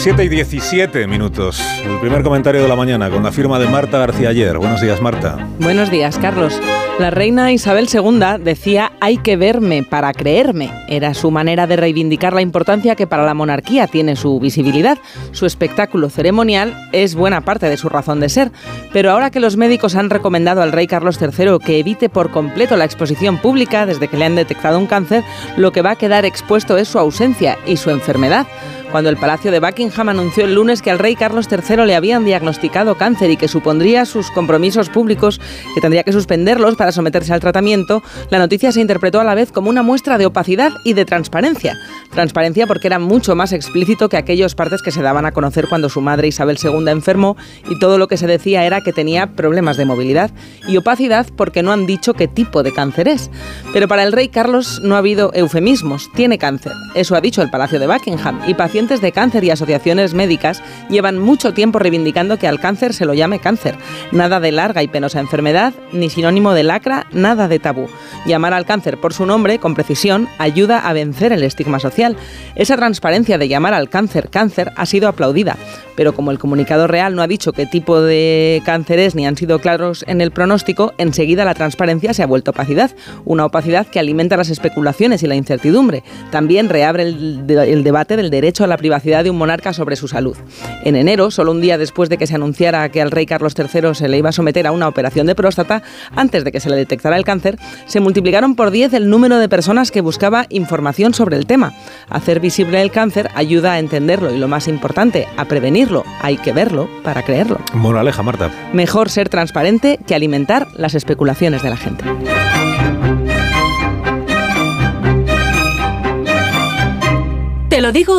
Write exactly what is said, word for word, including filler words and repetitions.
siete y diecisiete minutos. El primer comentario de la mañana con la firma de Marta García Ayer. Buenos días, Marta. Buenos días, Carlos. La reina Isabel segunda decía: hay que verme para creerme. Era su manera de reivindicar la importancia que para la monarquía tiene su visibilidad. Su espectáculo ceremonial es buena parte de su razón de ser. Pero ahora que los médicos han recomendado al rey Carlos tercero que evite por completo la exposición pública desde que le han detectado un cáncer, lo que va a quedar expuesto es su ausencia y su enfermedad. Cuando el Palacio de Buckingham anunció el lunes que al rey Carlos tercero le habían diagnosticado cáncer y que supondría sus compromisos públicos, que tendría que suspenderlos para someterse al tratamiento, la noticia se interpretó a la vez como una muestra de opacidad y de transparencia. Transparencia porque era mucho más explícito que aquellos partes que se daban a conocer cuando su madre Isabel segunda enfermó y todo lo que se decía era que tenía problemas de movilidad. Y opacidad porque no han dicho qué tipo de cáncer es. Pero para el rey Carlos no ha habido eufemismos. Tiene cáncer. Eso ha dicho el Palacio de Buckingham. Y pacientes de cáncer y asociaciones médicas llevan mucho tiempo reivindicando que al cáncer se lo llame cáncer. Nada de larga y penosa enfermedad, ni sinónimo de lacra, nada de tabú. Llamar al cáncer por su nombre, con precisión, ayuda a vencer el estigma social. Esa transparencia de llamar al cáncer cáncer ha sido aplaudida. Pero como el comunicado real no ha dicho qué tipo de cáncer es ni han sido claros en el pronóstico, enseguida la transparencia se ha vuelto opacidad. Una opacidad que alimenta las especulaciones y la incertidumbre. También reabre el, de, el debate del derecho a la privacidad de un monarca sobre su salud. En enero, solo un día después de que se anunciara que al rey Carlos tercero se le iba a someter a una operación de próstata, antes de que se le detectara el cáncer, se multiplicaron por diez el número de personas que buscaba información sobre el tema. Hacer visible el cáncer ayuda a entenderlo y, lo más importante, a prevenirlo. Hay que verlo para creerlo. Moraleja, Marta. Mejor ser transparente que alimentar las especulaciones de la gente. Te lo digo